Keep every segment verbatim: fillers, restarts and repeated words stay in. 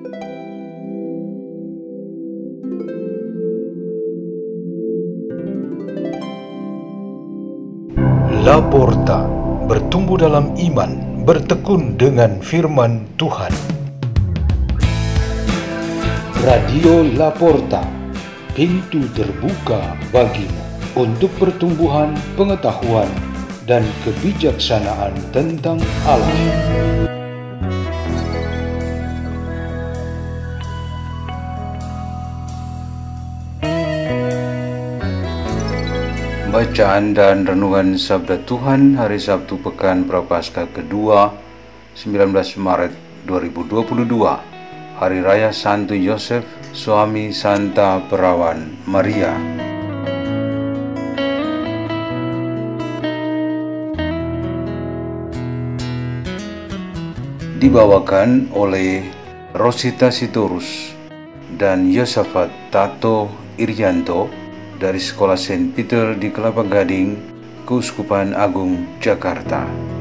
Laporta, bertumbuh dalam iman, bertekun dengan firman Tuhan. Radio Laporta, pintu terbuka bagimu untuk pertumbuhan pengetahuan dan kebijaksanaan tentang Allah. Bacaan dan renungan Sabda Tuhan hari Sabtu Pekan Prapaskah kedua, sembilan belas Maret dua ribu dua puluh dua, Hari Raya Santo Yosef, suami Santa Perawan Maria. Dibawakan oleh Rosita Sitorus dan Yosafat Tato Irianto dari Sekolah Saint Peter di Kelapa Gading, Keuskupan Agung Jakarta.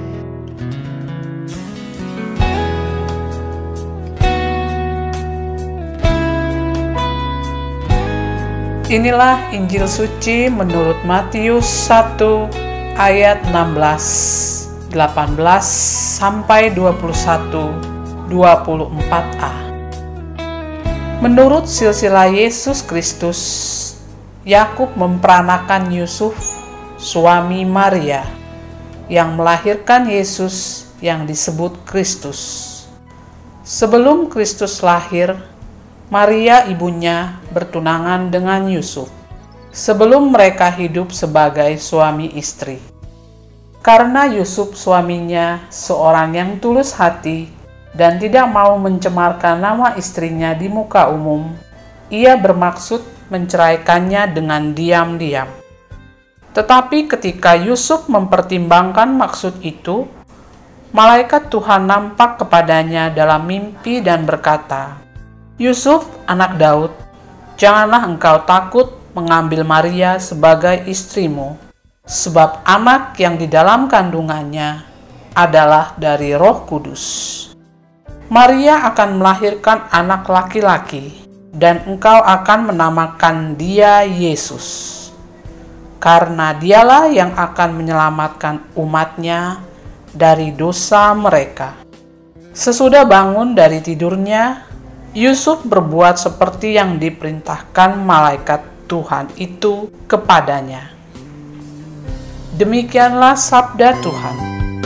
Inilah Injil suci menurut Matius satu ayat enam belas, delapan belas sampai dua puluh satu, dua puluh empat a. Menurut silsilah Yesus Kristus, Yakub memperanakan Yusuf, suami Maria, yang melahirkan Yesus yang disebut Kristus. Sebelum Kristus lahir, Maria ibunya bertunangan dengan Yusuf, sebelum mereka hidup sebagai suami istri. Karena Yusuf suaminya seorang yang tulus hati dan tidak mau mencemarkan nama istrinya di muka umum, ia bermaksud menceraikannya dengan diam-diam. Tetapi ketika Yusuf mempertimbangkan maksud itu, malaikat Tuhan nampak kepadanya dalam mimpi dan berkata, "Yusuf, anak Daud, janganlah engkau takut mengambil Maria sebagai istrimu, sebab anak yang di dalam kandungannya adalah dari Roh Kudus. Maria akan melahirkan anak laki-laki, dan engkau akan menamakan dia Yesus, karena dialah yang akan menyelamatkan umatnya dari dosa mereka." Sesudah bangun dari tidurnya, Yusuf berbuat seperti yang diperintahkan malaikat Tuhan itu kepadanya. Demikianlah sabda Tuhan.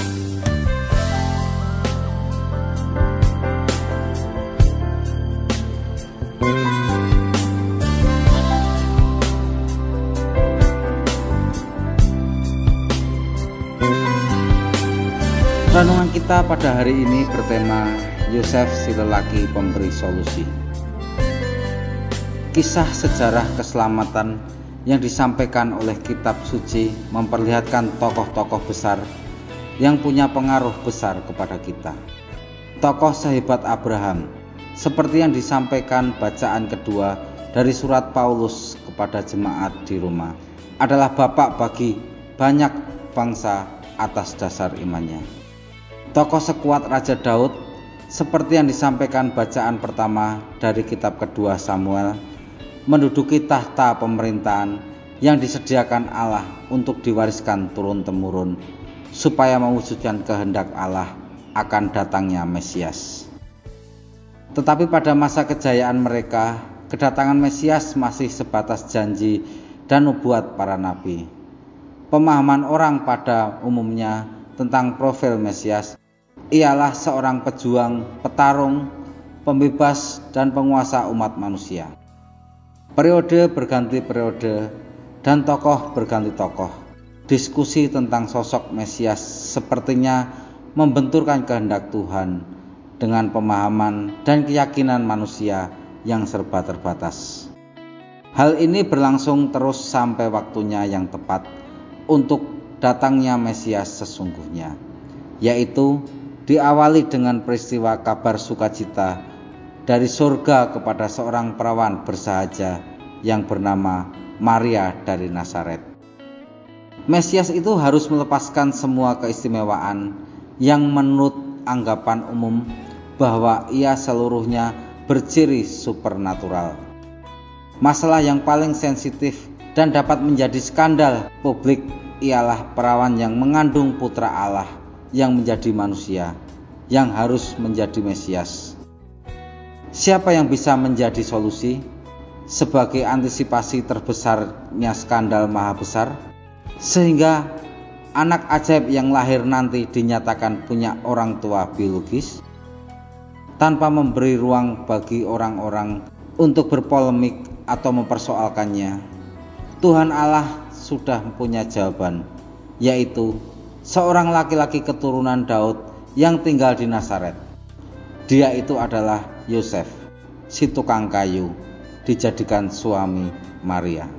Renungan kita pada hari ini bertema Yosef si lelaki pemberi solusi. Kisah sejarah keselamatan yang disampaikan oleh kitab suci memperlihatkan tokoh-tokoh besar yang punya pengaruh besar kepada kita. Tokoh sehebat Abraham, seperti yang disampaikan bacaan kedua dari surat Paulus kepada jemaat di Roma, adalah bapak bagi banyak bangsa atas dasar imannya. Tokoh sekuat Raja Daud, seperti yang disampaikan bacaan pertama dari kitab kedua Samuel, menduduki tahta pemerintahan yang disediakan Allah untuk diwariskan turun-temurun, supaya mewujudkan kehendak Allah akan datangnya Mesias. Tetapi pada masa kejayaan mereka, kedatangan Mesias masih sebatas janji dan nubuat para nabi. Pemahaman orang pada umumnya tentang profil Mesias ialah seorang pejuang, petarung, pembebas, dan penguasa umat manusia. Periode berganti periode dan tokoh berganti tokoh. Diskusi tentang sosok Mesias sepertinya membenturkan kehendak Tuhan dengan pemahaman dan keyakinan manusia yang serba terbatas. Hal ini berlangsung terus sampai waktunya yang tepat untuk datangnya Mesias sesungguhnya, yaitu diawali dengan peristiwa kabar sukacita dari surga kepada seorang perawan bersahaja yang bernama Maria dari Nazaret. Mesias itu harus melepaskan semua keistimewaan yang menurut anggapan umum bahwa ia seluruhnya berciri supernatural. Masalah yang paling sensitif dan dapat menjadi skandal publik ialah perawan yang mengandung putra Allah yang menjadi manusia, yang harus menjadi Mesias. Siapa yang bisa menjadi solusi sebagai antisipasi terbesarnya skandal maha besar, sehingga anak ajaib yang lahir nanti dinyatakan punya orang tua biologis, tanpa memberi ruang bagi orang-orang untuk berpolemik atau mempersoalkannya? Tuhan Allah sudah punya jawaban, yaitu seorang laki-laki keturunan Daud yang tinggal di Nazaret. Dia itu adalah Yosef, si tukang kayu, dijadikan suami Maria.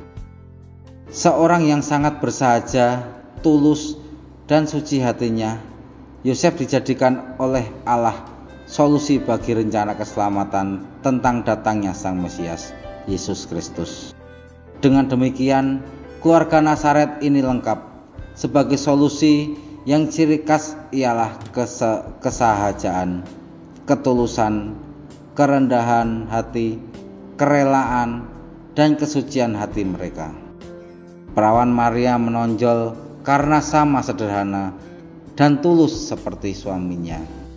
Seorang yang sangat bersahaja, tulus, dan suci hatinya, Yosef dijadikan oleh Allah solusi bagi rencana keselamatan tentang datangnya Sang Mesias, Yesus Kristus. Dengan demikian, keluarga Nazaret ini lengkap sebagai solusi yang ciri khas ialah kese- kesahajaan, ketulusan, kerendahan hati, kerelaan, dan kesucian hati mereka. Perawan Maria menonjol karena sama sederhana dan tulus seperti suaminya.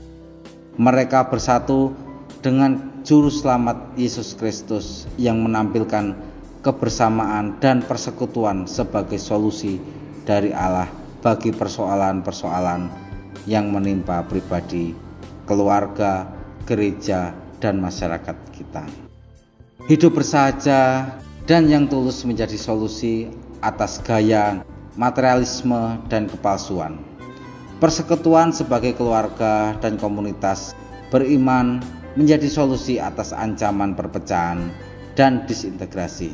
Mereka bersatu dengan Juru Selamat Yesus Kristus yang menampilkan kebersamaan dan persekutuan sebagai solusi dari Allah bagi persoalan-persoalan yang menimpa pribadi, keluarga, gereja, dan masyarakat kita. Hidup bersahaja dan yang tulus menjadi solusi atas gaya materialisme dan kepalsuan. Persekutuan sebagai keluarga dan komunitas beriman menjadi solusi atas ancaman perpecahan dan disintegrasi.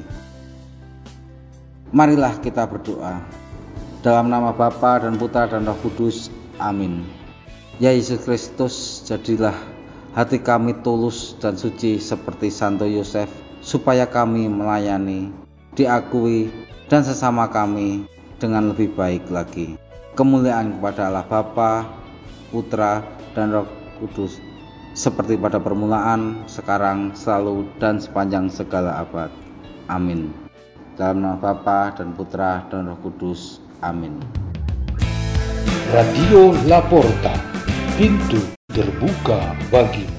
Marilah kita berdoa. Dalam nama Bapa dan Putra dan Roh Kudus. Amin. Ya Yesus Kristus, jadilah hati kami tulus dan suci seperti Santo Yosef, supaya kami melayani, diakui, dan sesama kami dengan lebih baik lagi. Kemuliaan kepada Allah Bapa, Putra, dan Roh Kudus, seperti pada permulaan, sekarang, selalu, dan sepanjang segala abad. Amin. Dalam nama Bapa dan Putra dan Roh Kudus. Amin. Radio La Porta, pintu terbuka bagimu.